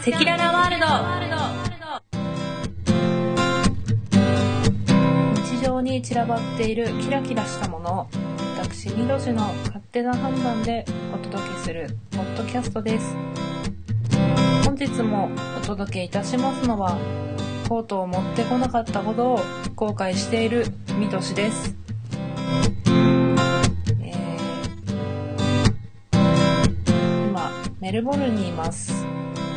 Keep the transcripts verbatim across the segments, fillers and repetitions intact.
赤裸々ワールド。日常に散らばっているキラキラしたものを私みどしの勝手な判断でお届けするポッドキャストです。本日もお届けいたしますのは、コートを持ってこなかったことを後悔しているみどしです。えー、今メルボルンにいます。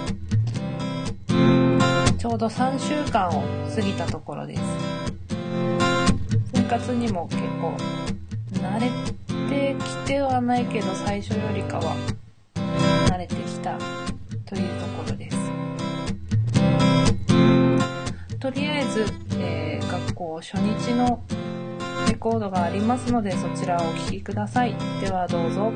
ちょうどさんしゅうかんを過ぎたところです。生活にも結構慣れてきてはないけど、最初よりかは慣れてきたというところです。とりあえず、えー、学校初日のレコードがありますので、そちらをお聴きください。ではどうぞ。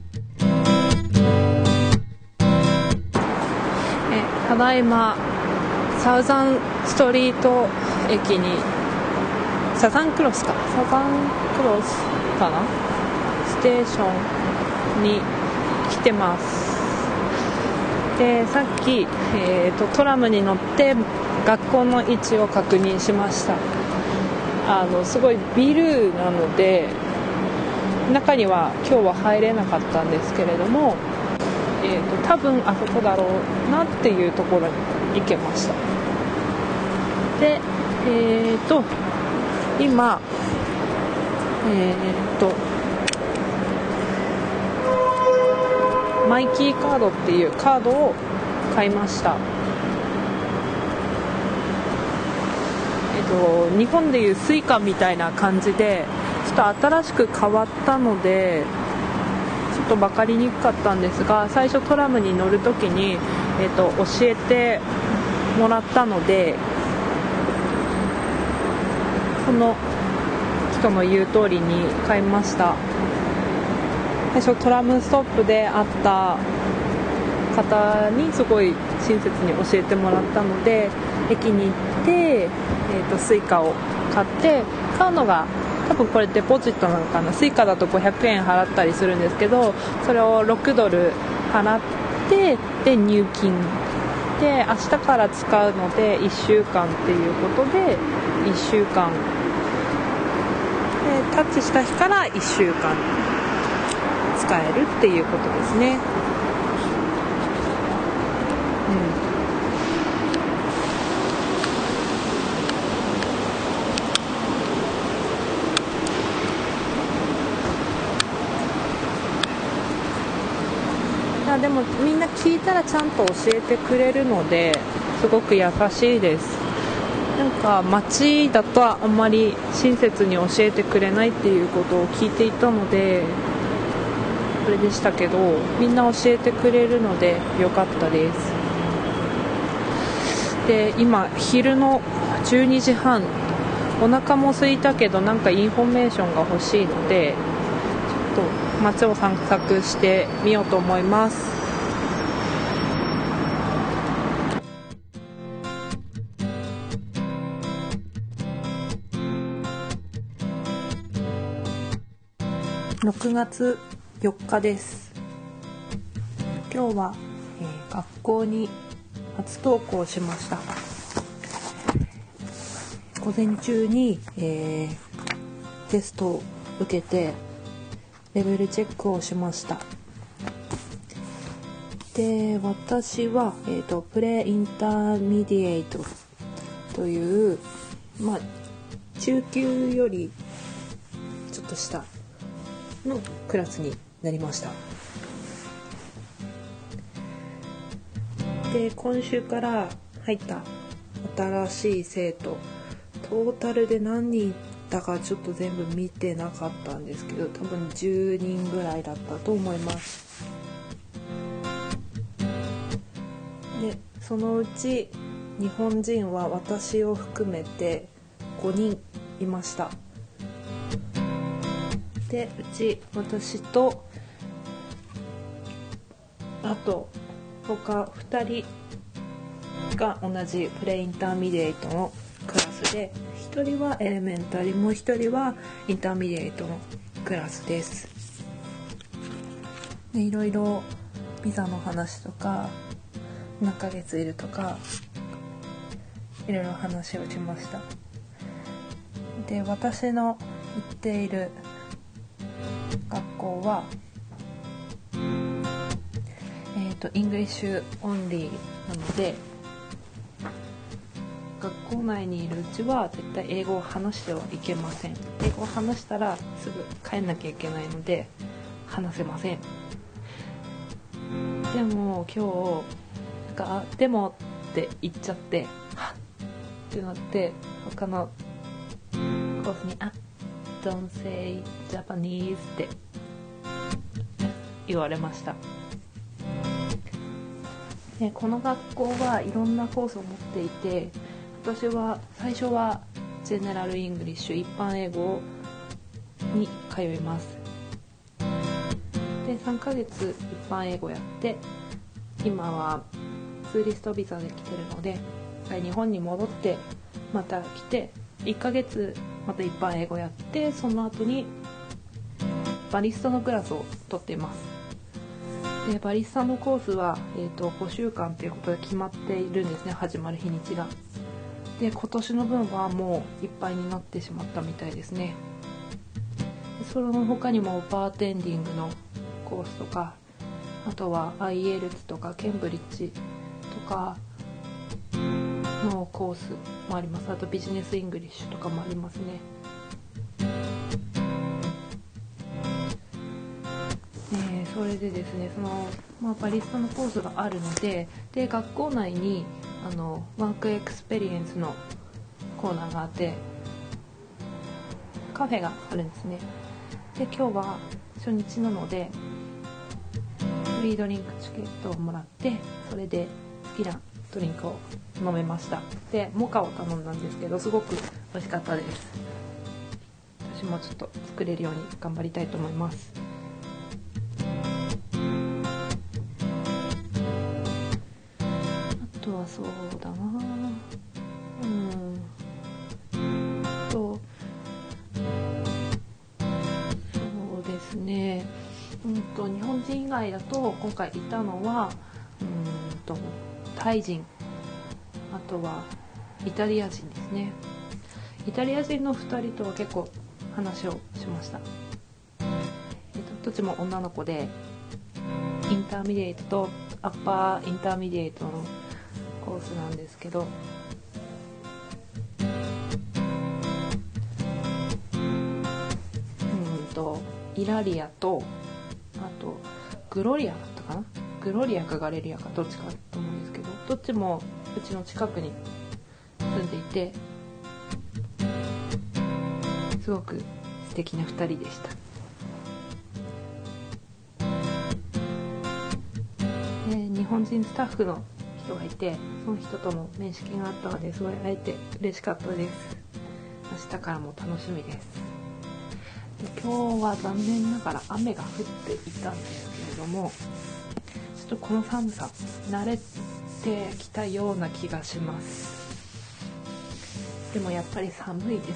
えただいまサウザンストリート駅に、サザンクロスかサザンクロスかなステーションに来てます。でさっき、えーと、トラムに乗って学校の位置を確認しました。あのすごいビルなので中には今日は入れなかったんですけれども、えーと、多分あそこだろうなっていうところに行けました。で、えーと今えーとマイキーカードっていうカードを買いました。えっと日本でいうスイカみたいな感じで、ちょっと新しく変わったのでちょっと分かりにくかったんですが、最初トラムに乗るときに、えっと教えてもらったので、その人の言う通りに買いました。最初トラムストップで会った方にすごい親切に教えてもらったので、駅に行って、えーと、スイカを買って買うのが、多分これデポジットなのかな。スイカだとごひゃくえん払ったりするんですけど、それをろくドル払って、で入金で、明日から使うのでいっしゅうかんっていうことで、いっしゅうかんでタッチした日からいっしゅうかん使えるっていうことですね。うん。いやでもみんな聞いたらちゃんと教えてくれるので、すごく優しいです。なんか街だとあんまり親切に教えてくれないっていうことを聞いていたので、これでしたけど、みんな教えてくれるので良かったです。で今昼のじゅうにじはん、お腹も空いたけどなんかインフォメーションが欲しいので、ちょっと街を散策してみようと思います。ろくがつよっかです。今日は、えー、学校に初登校しました。午前中に、えー、テストを受けてレベルチェックをしました。で、私は、えーと、プレインターミディエイトという、まあ、中級よりちょっと下のクラスになりました。で、今週から入った新しい生徒、トータルで何人いたかちょっと全部見てなかったんですけど、多分じゅうにんぐらいだったと思います。で、そのうち日本人は私を含めてごにんいました。で、うち私とあと他ふたりが同じプレインターミディエイトのクラスで、ひとりはエレメンタリー、もうひとりはインターミディエイトのクラスです。で、いろいろビザの話とか何ヶ月いるとかいろいろ話をしました。で、私の行っている学校はえっとイングリッシュオンリーなので、学校内にいるうちは絶対英語を話してはいけません。英語を話したらすぐ帰んなきゃいけないので話せません。でも今日なんかでもって言っちゃってはっってなって、他のコースにあ Don't say Japanese って言われました。で、この学校はいろんなコースを持っていて、私は最初はジェネラルイングリッシュ一般英語に通います。で、さんかげつ一般英語やって、今はツーリストビザで来てるので日本に戻ってまた来ていっかげつまた一般英語やって、その後にバリスタのクラスを取っています。で、バリスタのコースは、えーと、ごしゅうかんということで決まっているんですね、始まる日にちが。で、今年の分はもういっぱいになってしまったみたいですね。その他にもバーテンディングのコースとか、あとは アイエルツ とかケンブリッジとかのコースもあります。あとビジネスイングリッシュとかもありますね。えー、それでですね、その、まあ、バリスタのコースがあるので、で学校内にあのワークエクスペリエンスのコーナーがあって、カフェがあるんですね。で、今日は初日なのでフリードリンクチケットをもらって、それで好きなドリンクを飲めました。で、モカを頼んだんですけど、すごく美味しかったです。私もちょっと作れるように頑張りたいと思います。あとはそうだな、うんとそうですね、うんと日本人以外だと今回いたのはうんとタイ人、あとはイタリア人ですね。イタリア人のふたりとは結構話をしました。えっと、どっちも女の子で、インターミディエイトとアッパーインターミディエイトのコースなんですけど、うんとイラリアと、あとグロリアだったかな、グロリアかガレリアかどっちかと思うんですけど、どっちもうちの近くに住んでいて、すごく素敵なふたりでした。で、日本人スタッフの人がいて、その人とも面識があったので、すごい会えて嬉しかったです。明日からも楽しみです。で、今日は残念ながら雨が降っていたんですけれども、ちょっとこの寒さ慣れてきたような気がします。でもやっぱり寒いです。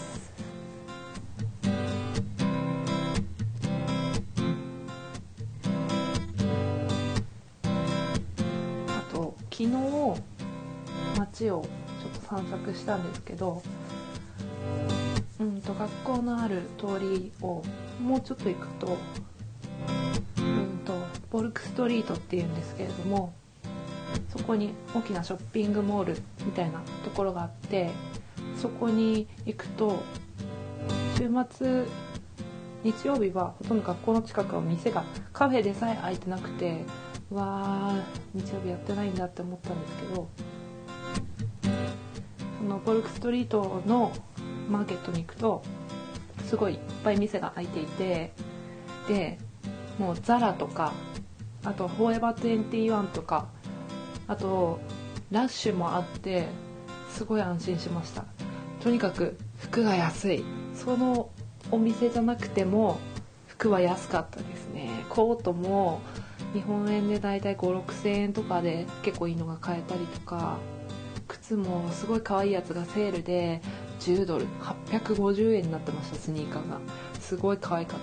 あと昨日街をちょっと散策したんですけど、うんと学校のある通りをもうちょっと行くと、うんとボルクストリートっていうんですけれども、そこに大きなショッピングモールみたいなところがあって、そこに行くと週末日曜日はほとんど学校の近くは店がカフェでさえ開いてなくて、うわー日曜日やってないんだって思ったんですけど、そのボルクストリートのマーケットに行くとすごいいっぱい店が開いていて、でもうザラとか、あとフォーエバーにじゅういちとか、あとラッシュもあって、すごい安心しました。とにかく服が安い。そのお店じゃなくても服は安かったですね。コートも日本円でだいたいご、ろくせんえんとかで結構いいのが買えたりとか、靴もすごい可愛いやつがセールでじゅうドル、はっぴゃくごじゅうえんになってました。スニーカーがすごい可愛かった。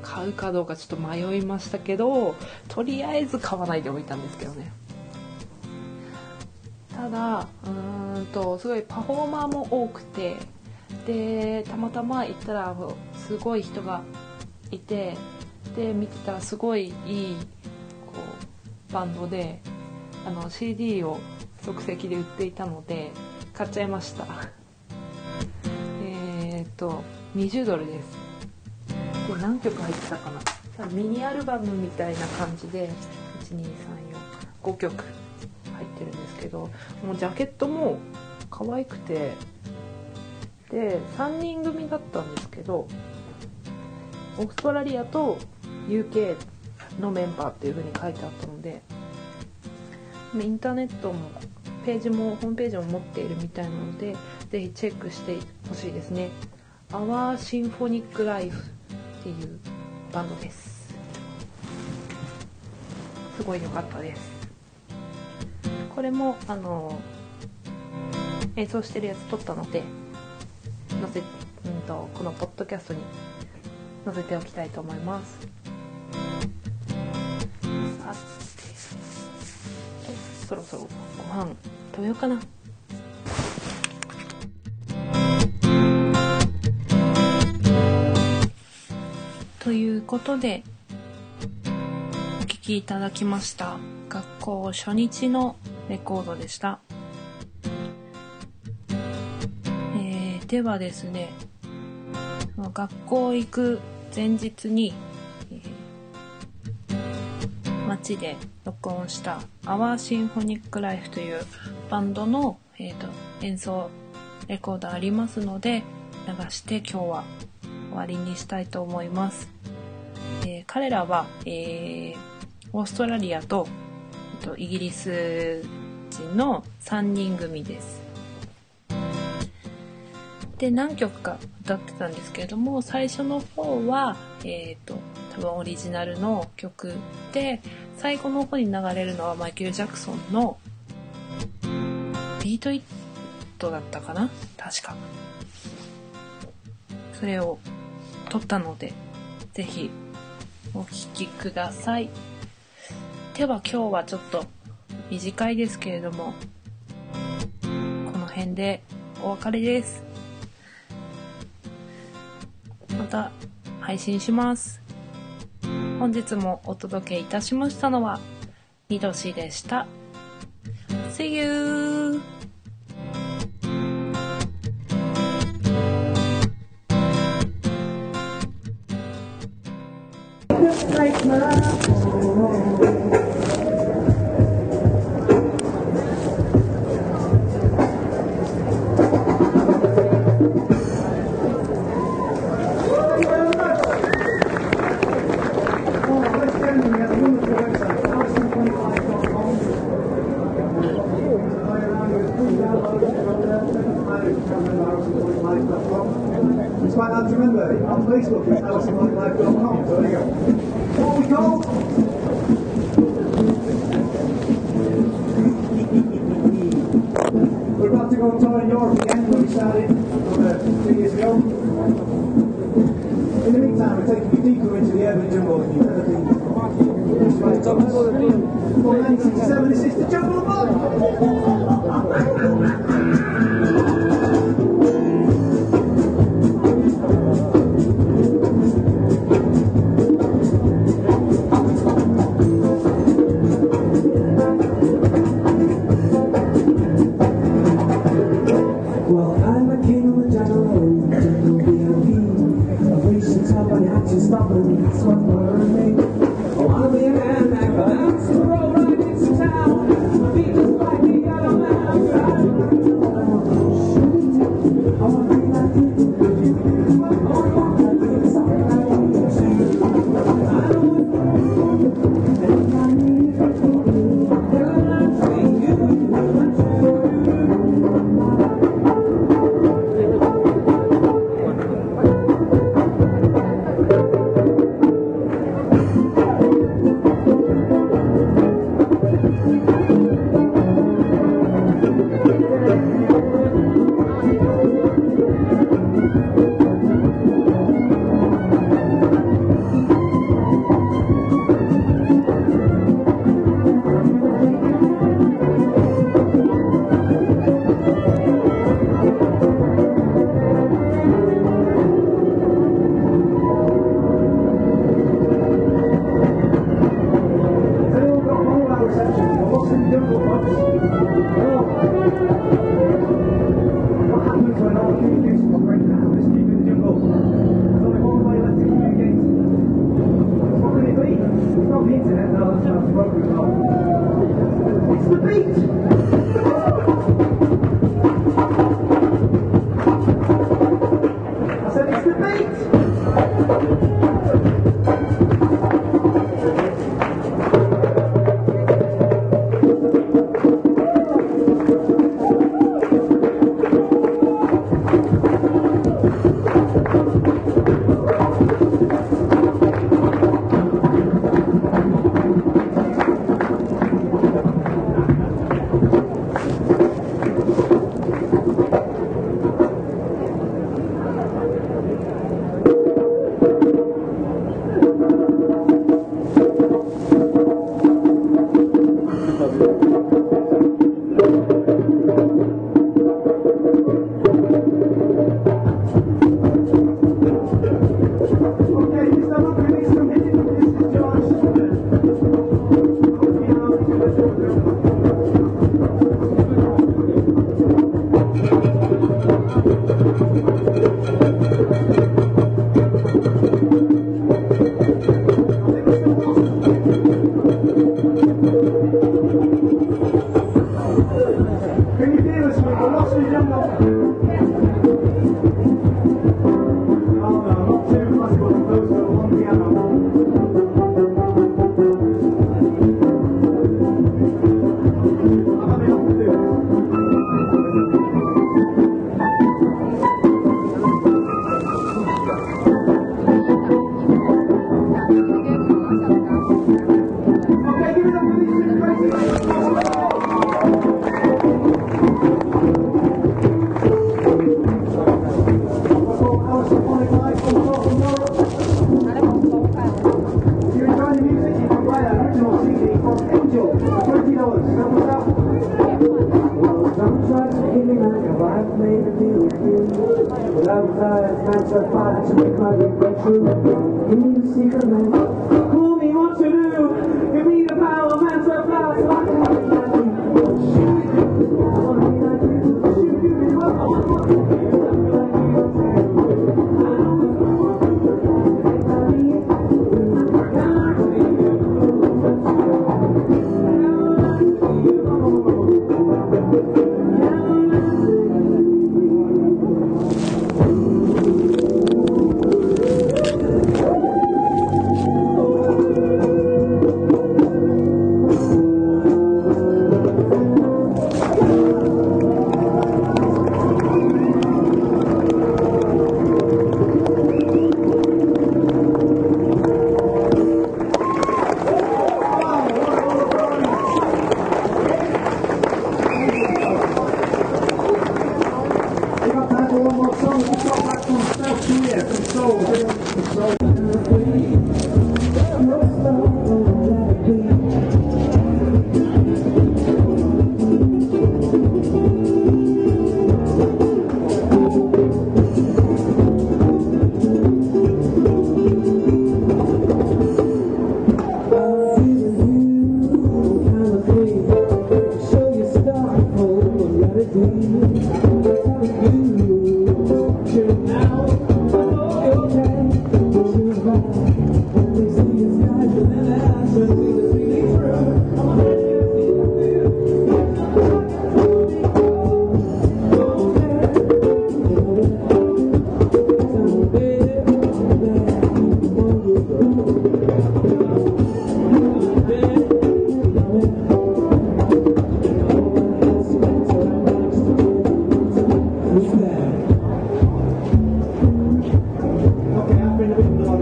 買うかどうかちょっと迷いましたけど、とりあえず買わないでおいたんですけどね。 ただうーんとすごいパフォーマーも多くて、でたまたま行ったらすごい人がいて、で見てたらすごいいいこうバンドで、あの シーディー を即席で売っていたので買っちゃいました。えーっとにじゅうドルです。で何曲入ってたかな、ミニアルバムみたいな感じでいちにさんよんごきょく入ってるんですけど、もうジャケットも可愛くて、でさんにん組だったんですけど、オーストラリアと ユーケー のメンバーっていう風に書いてあったので、インターネットもページもホームページも持っているみたいなので、ぜひチェックしてほしいですね。 Our Symphonic Life っていうバンドです。すごい良かったです。これもあの演奏してるやつ撮ったので載せ、うんと、このポッドキャストに載せておきたいと思います。さて、そろそろご飯食べようかな。ということでお聴きいただきました学校初日のレコードでした。えー、ではですね、学校行く前日に、えー、街で録音した Our Symphonic Life というバンドの、えーと、演奏レコードありますので、流して今日は終わりにしたいと思います。えー、彼らは、えー、オーストラリアと、えーと、イギリス人のさんにん組です。で何曲か歌ってたんですけれども、最初の方は、えーと、多分オリジナルの曲で、最後の方に流れるのはマイケル・ジャクソンのビート・イットだったかな、確か。それを撮ったので、ぜひお聴きください。では今日はちょっと短いですけれども、この辺でお別れです。また配信します。本日もお届けいたしましたのはみどしでした。See you! It's quite hard to remember. On Facebook, it's alice in wonderlife dot com. So there you go. What are we called? We're about to go on tour in Europe again, where we started uh, two years ago. In the meantime, we're taking you deeper into the urban jungle if you've ever been. nineteen sixty-seven, this is the Jungle Book! That's what we're made. Oh, I'll be a man back, but I'm so roll right into town. Be just like the other man. on the internet, now that's how it's broken as well. It's the beat! I said it's the beat!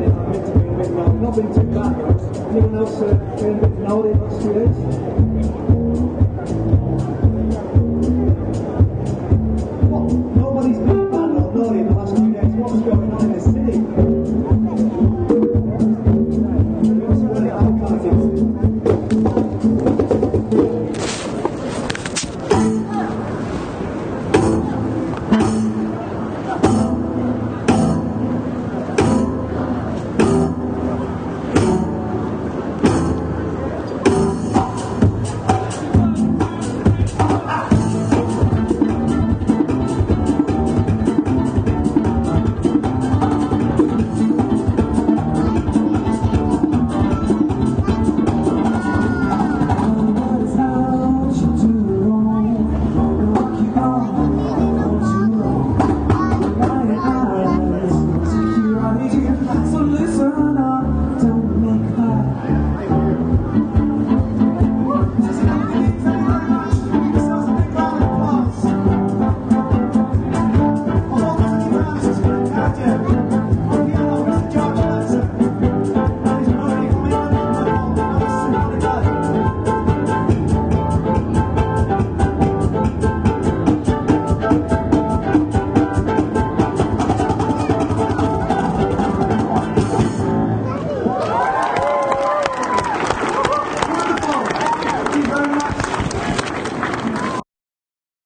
Anyone else uh, been a bit naughty in the last few days?